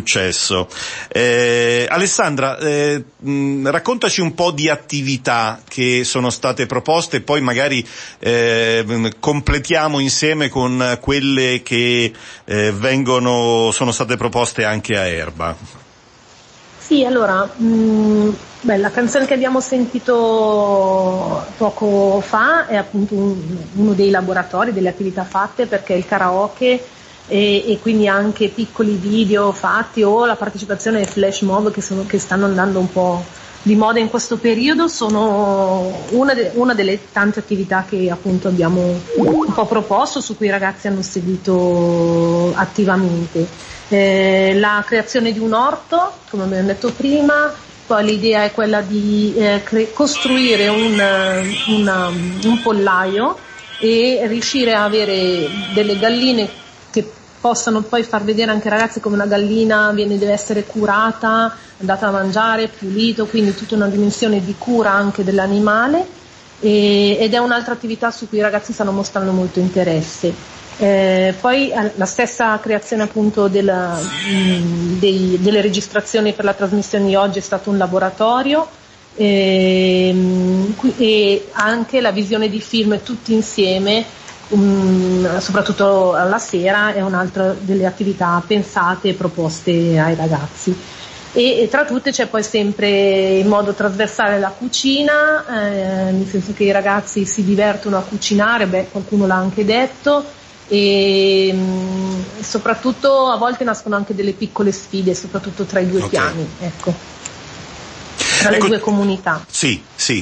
successo. Alessandra, raccontaci un po' di attività che sono state proposte e poi magari completiamo insieme con quelle che sono state proposte anche a Erba. Sì, allora, la canzone che abbiamo sentito poco fa è appunto uno dei laboratori, delle attività fatte, perché il karaoke e quindi anche piccoli video fatti o la partecipazione ai flash mob che stanno andando un po' di moda in questo periodo sono una delle tante attività che appunto abbiamo un po' proposto, su cui i ragazzi hanno seguito attivamente. La creazione di un orto, come abbiamo detto prima, poi l'idea è quella di costruire un pollaio e riuscire a avere delle galline che possano poi far vedere anche ai ragazzi come una gallina deve essere curata, andata a mangiare, pulito, quindi tutta una dimensione di cura anche dell'animale, ed è un'altra attività su cui i ragazzi stanno mostrando molto interesse. Poi la stessa creazione appunto delle registrazioni per la trasmissione di oggi è stato un laboratorio, e anche la visione di film tutti insieme, soprattutto alla sera, è un'altra delle attività pensate e proposte ai ragazzi. E tra tutte c'è poi sempre in modo trasversale la cucina, nel senso che i ragazzi si divertono a cucinare, qualcuno l'ha anche detto, e soprattutto a volte nascono anche delle piccole sfide, soprattutto tra i due piani, tra le due comunità. Sì,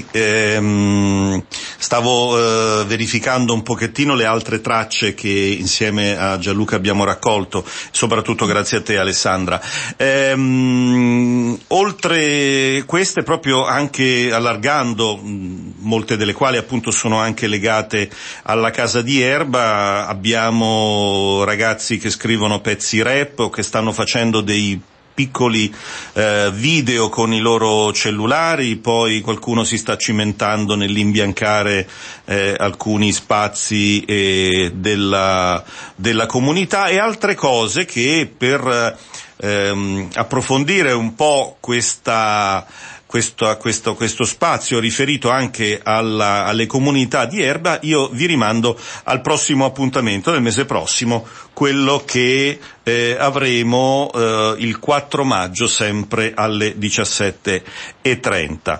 stavo verificando un pochettino le altre tracce che insieme a Gianluca abbiamo raccolto, soprattutto grazie a te Alessandra. Oltre queste, proprio anche allargando, molte delle quali appunto sono anche legate alla casa di Erba, abbiamo ragazzi che scrivono pezzi rap o che stanno facendo dei piccoli video con i loro cellulari, poi qualcuno si sta cimentando nell'imbiancare alcuni spazi della comunità, e altre cose che per approfondire un po' questo spazio riferito anche alle comunità di Erba, io vi rimando al prossimo appuntamento del mese prossimo, quello che avremo il 4 maggio sempre alle 17:30.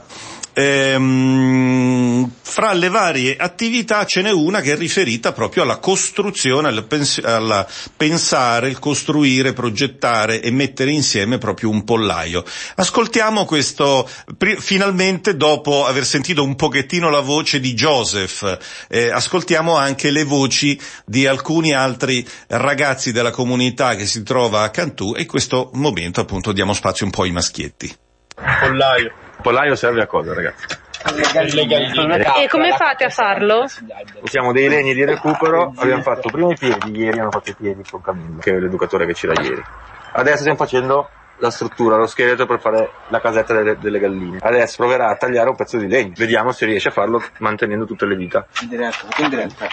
Fra le varie attività ce n'è una che è riferita proprio alla costruzione, alla pensare, il costruire, progettare e mettere insieme proprio un pollaio. Ascoltiamo questo, finalmente, dopo aver sentito un pochettino la voce di Joseph, ascoltiamo anche le voci di alcuni altri ragazzi della comunità che si trova a Cantù, e in questo momento appunto diamo spazio un po' ai maschietti. Pollaio serve a cosa, ragazzi? E come fate a farlo? Usiamo dei legni di recupero, abbiamo fatto prima i piedi, ieri hanno fatto i piedi con Camillo, che è l'educatore che c'era ieri. Adesso stiamo facendo la struttura, lo scheletro per fare la casetta delle galline. Adesso proverà a tagliare un pezzo di legno, vediamo se riesce a farlo mantenendo tutte le dita. In diretta.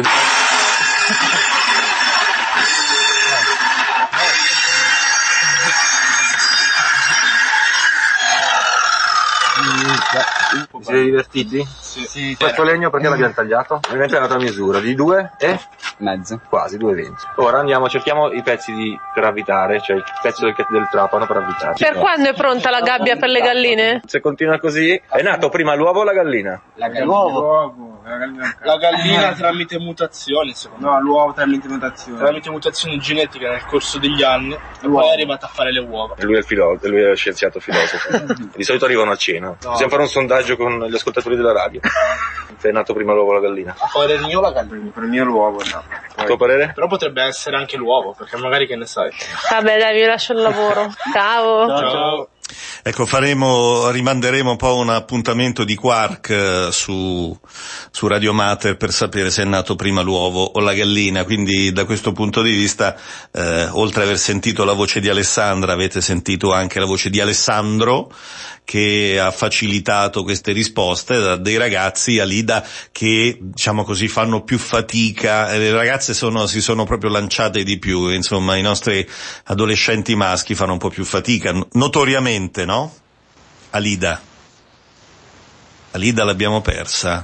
Vi siete divertiti? Sì. Questo legno perché l'abbiamo tagliato? Ovviamente è andata a misura di 2,5, quasi 2,20. Ora cerchiamo i pezzi per avvitare, cioè il pezzo del trapano per avvitare. Per quando è pronta la gabbia per le galline? Se continua così, è nato prima l'uovo o la gallina? L'uovo. La gallina tramite mutazioni, secondo me. No, l'uovo tramite mutazioni genetiche nel corso degli anni, e poi è arrivata a fare le uova. E lui è lo scienziato filosofo. Di solito arrivano a cena. Possiamo fare un sondaggio con gli ascoltatori della radio. Se è nato prima l'uovo o la gallina? A parere mio la gallina. Per me l'uovo, no. Il tuo parere? Però potrebbe essere anche l'uovo, perché magari, che ne sai. Vabbè, dai, vi lascio il lavoro. Ciao. Ecco, rimanderemo un po' un appuntamento di Quark su Radio Mater per sapere se è nato prima l'uovo o la gallina. Quindi da questo punto di vista, oltre ad aver sentito la voce di Alessandra, avete sentito anche la voce di Alessandro, che ha facilitato queste risposte, da dei ragazzi, Alida, che diciamo così fanno più fatica, le ragazze si sono proprio lanciate di più, insomma i nostri adolescenti maschi fanno un po' più fatica, notoriamente, no? Alida l'abbiamo persa.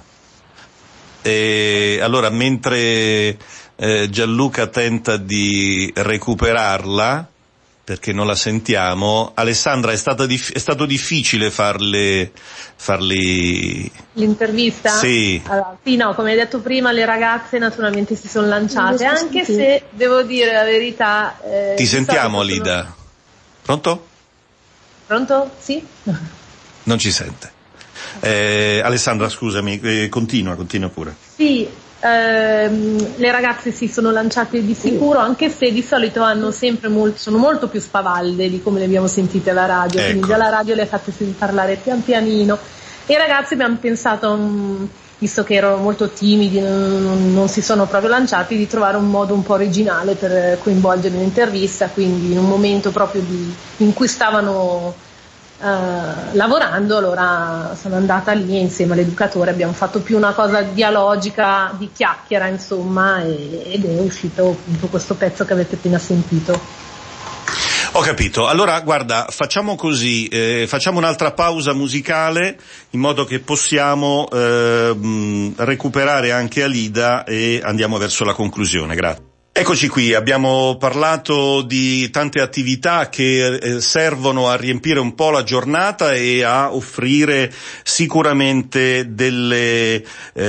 E allora mentre Gianluca tenta di recuperarla, perché non la sentiamo, Alessandra, è stato difficile farli l'intervista? Sì. Allora, sì, no, come hai detto prima, le ragazze naturalmente si sono lanciate, anche se devo dire la verità. Ti sentiamo, Alida? Pronto? Pronto? Sì? Non ci sente. Alessandra, scusami, continua pure. Sì, le ragazze si sono lanciate di sicuro, anche se di solito sono molto più spavalde di come le abbiamo sentite alla radio, ecco. Quindi già la radio le ha fatte parlare pian pianino, e i ragazzi abbiamo pensato, visto che erano molto timidi, non si sono proprio lanciati, di trovare un modo un po' originale per coinvolgere l'intervista, quindi in un momento proprio in cui stavano lavorando, allora sono andata lì insieme all'educatore, abbiamo fatto più una cosa dialogica, di chiacchiera insomma, ed è uscito appunto questo pezzo che avete appena sentito. Ho capito, allora guarda, facciamo così, facciamo un'altra pausa musicale in modo che possiamo recuperare anche Alida e andiamo verso la conclusione, grazie. Eccoci qui, abbiamo parlato di tante attività che servono a riempire un po' la giornata e a offrire sicuramente delle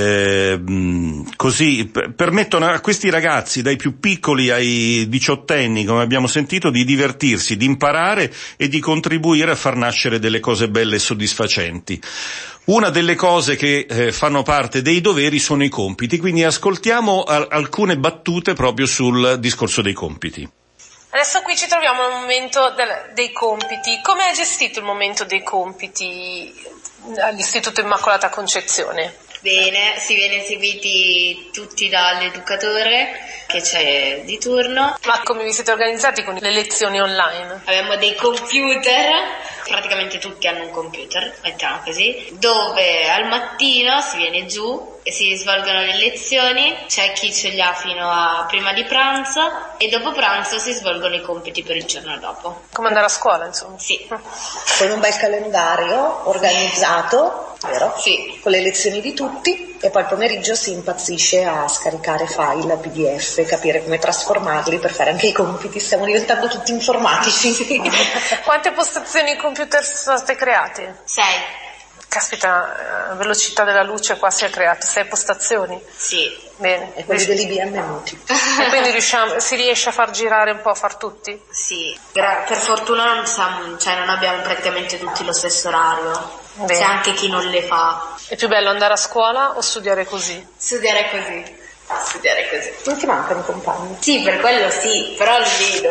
permettono a questi ragazzi, dai più piccoli ai diciottenni, come abbiamo sentito, di divertirsi, di imparare e di contribuire a far nascere delle cose belle e soddisfacenti. Una delle cose che fanno parte dei doveri sono i compiti, quindi ascoltiamo alcune battute proprio sul discorso dei compiti. Adesso qui ci troviamo al momento dei compiti. Come è gestito il momento dei compiti all'Istituto Immacolata Concezione? Bene, si viene seguiti tutti dall'educatore che c'è di turno. Ma come vi siete organizzati con le lezioni online? Abbiamo dei computer, praticamente tutti hanno un computer, mettiamo così, dove al mattino si viene giù e si svolgono le lezioni, c'è chi ce li ha fino a prima di pranzo e dopo pranzo si svolgono i compiti per il giorno dopo. Come andare a scuola, insomma? Sì. Con un bel calendario organizzato, vero? Sì. Con le lezioni di tutti e poi il pomeriggio si impazzisce a scaricare file, PDF, capire come trasformarli per fare anche i compiti. Stiamo diventando tutti informatici. Quante postazioni computer sono state create? 6. Caspita, velocità della luce qua si è creato 6 postazioni. Sì. Bene. E quelli dell'IBM muti. E quindi si riesce a far girare un po', a far tutti? Sì. Per fortuna non abbiamo praticamente tutti lo stesso orario. Bene. C'è anche chi non le fa. È più bello andare a scuola o studiare così? Studiare così. Non ti mancano i compagni? Sì, per quello sì, però li vedo.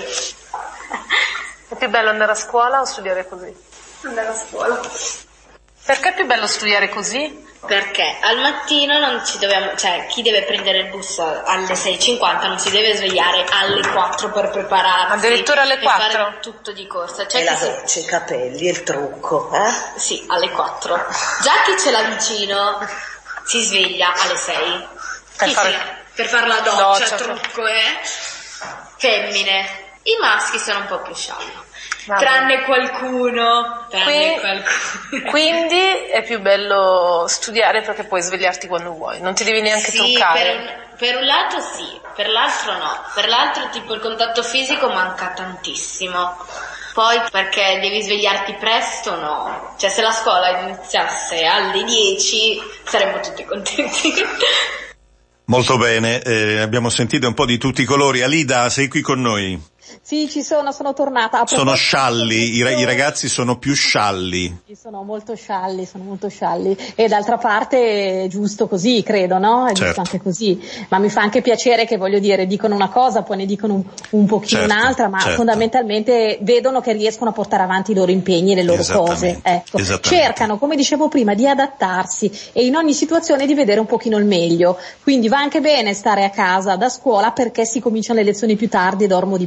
È più bello andare a scuola o studiare così? Andare a scuola. Perché è più bello studiare così? Perché al mattino non ci dobbiamo, chi deve prendere il bus alle 6:50 non si deve svegliare alle 4 per prepararsi. Addirittura alle 4? E fare tutto di corsa. E la doccia, i capelli e il trucco, Sì, alle 4. Già chi ce l'ha vicino si sveglia alle 6. Per fare la doccia, trucco, Femmine. I maschi sono un po' più scialli. Tranne qualcuno. Quindi è più bello studiare perché puoi svegliarti quando vuoi, non ti devi neanche truccare. Per un lato sì, per l'altro no. Per l'altro tipo il contatto fisico manca tantissimo. Poi perché devi svegliarti presto, no. Se la scuola iniziasse alle 10 saremmo tutti contenti. Molto bene, abbiamo sentito un po' di tutti i colori. Alida, sei qui con noi? Sì, sono tornata. Sono scialli, i ragazzi sono più scialli. Sono molto scialli e d'altra parte è giusto così, credo, no? È giusto anche così, ma mi fa anche piacere che, voglio dire, dicono una cosa, poi ne dicono un pochino un'altra, ma fondamentalmente vedono che riescono a portare avanti i loro impegni e le loro cose, ecco. Cercano, come dicevo prima, di adattarsi e in ogni situazione di vedere un pochino il meglio, quindi va anche bene stare a casa da scuola perché si cominciano le lezioni più tardi e dormo di più,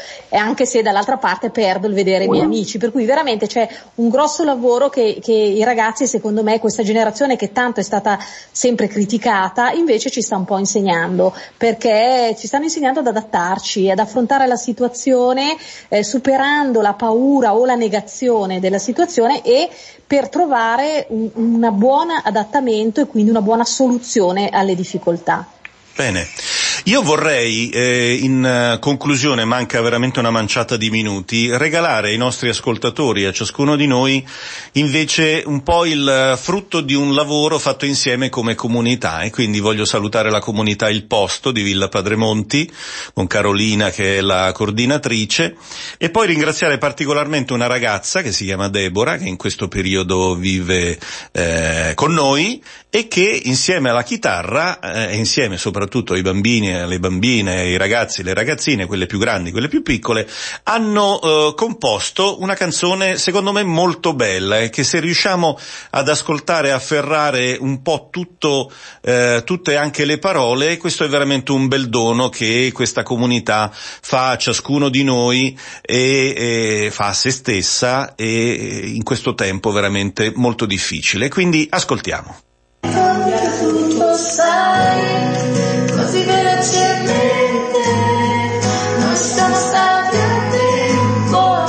e anche se dall'altra parte perdo il vedere i miei amici, per cui veramente c'è un grosso lavoro che i ragazzi, secondo me, questa generazione che tanto è stata sempre criticata, invece ci sta un po' insegnando, perché ci stanno insegnando ad adattarci, ad affrontare la situazione, superando la paura o la negazione della situazione e per trovare un buon adattamento e quindi una buona soluzione alle difficoltà. Bene, io vorrei in conclusione, manca veramente una manciata di minuti, regalare ai nostri ascoltatori, a ciascuno di noi, invece un po' il frutto di un lavoro fatto insieme come comunità, e quindi voglio salutare la comunità Il Posto di Villa Padremonti, con Carolina che è la coordinatrice, e poi ringraziare particolarmente una ragazza che si chiama Deborah, che in questo periodo vive con noi e che insieme alla chitarra, insieme soprattutto ai bambini, alle bambine, ai ragazzi, le ragazzine, quelle più grandi, quelle più piccole, hanno composto una canzone secondo me molto bella e che se riusciamo ad ascoltare e afferrare un po' tutte anche le parole, questo è veramente un bel dono che questa comunità fa a ciascuno di noi e fa a se stessa e in questo tempo veramente molto difficile. Quindi ascoltiamo. Cambia tutto, sai, così velocemente, non siamo stati a tempo,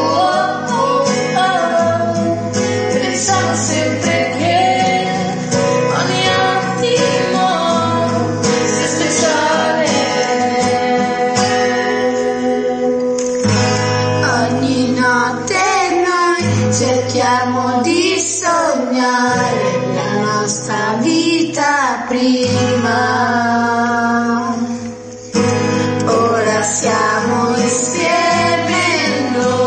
pensiamo sempre che ogni attimo sia speciale, ogni notte noi cerchiamo di sognare la nostra vita prima, ora siamo insieme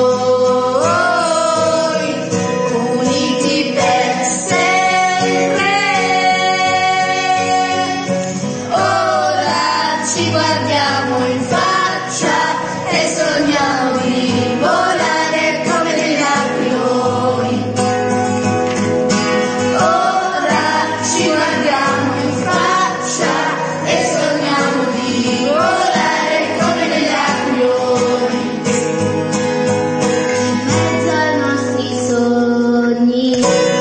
noi, uniti per sempre, ora ci guardiamo in faccia e sogniamo di volare come degli aquiloni. Ci guardiamo in faccia e sogniamo di volare come degli aquiloni. In mezzo ai nostri sogni.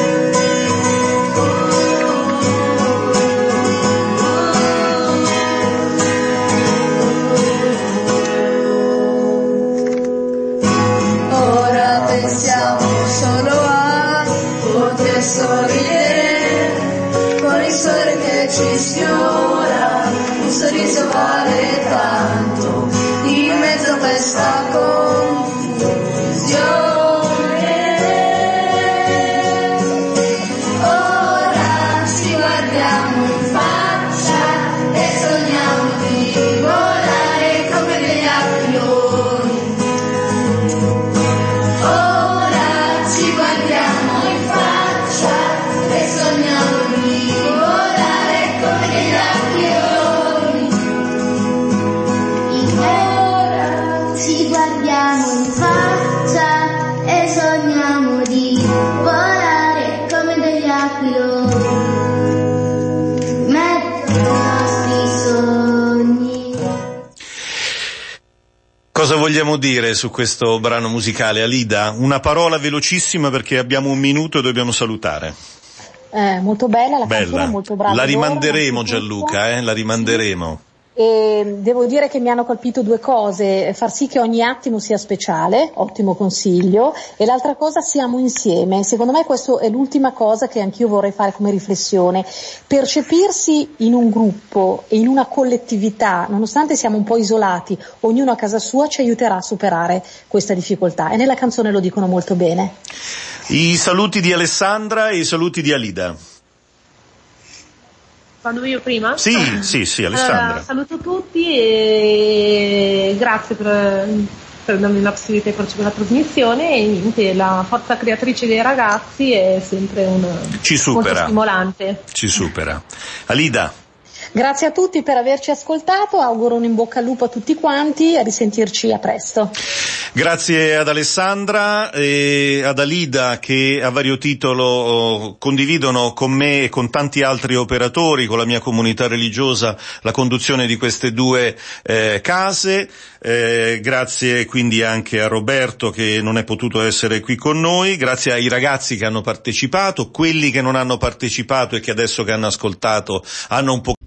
Ora pensiamo solo a poter sorridere con il sole che ci sfiora, un sorriso vale tanto in mezzo a questa confusione. Ora ci guardiamo in faccia e sogniamo di volare come degli aquiloni. Ora ci guardiamo in faccia e sogniamo di volare come degli aquiloni. Ora ci guardiamo in faccia e sogniamo di volare come degli aquiloni. Mezzo ai nostri sogni. Cosa vogliamo dire su questo brano musicale, Alida? Una parola velocissima perché abbiamo un minuto e dobbiamo salutare. Molto bella la canzone, molto brava. La rimanderemo, Gianluca, la rimanderemo. E devo dire che mi hanno colpito due cose: far sì che ogni attimo sia speciale, ottimo consiglio, e l'altra cosa, siamo insieme. Secondo me questa è l'ultima cosa che anch'io vorrei fare come riflessione: percepirsi in un gruppo e in una collettività, nonostante siamo un po' isolati, ognuno a casa sua, ci aiuterà a superare questa difficoltà, e nella canzone lo dicono molto bene. I saluti di Alessandra e i saluti di Alida. Vado io prima? Sì, Alessandra. Saluto tutti e grazie per darmi la possibilità di partecipare alla trasmissione, e niente, la forza creatrice dei ragazzi è sempre molto stimolante. Ci supera. Alida. Grazie a tutti per averci ascoltato, auguro un in bocca al lupo a tutti quanti, a risentirci a presto. Grazie ad Alessandra e ad Alida, che a vario titolo condividono con me e con tanti altri operatori, con la mia comunità religiosa, la conduzione di queste due case. Grazie quindi anche a Roberto, che non è potuto essere qui con noi, grazie ai ragazzi che hanno partecipato, quelli che non hanno partecipato e che adesso che hanno ascoltato hanno un po'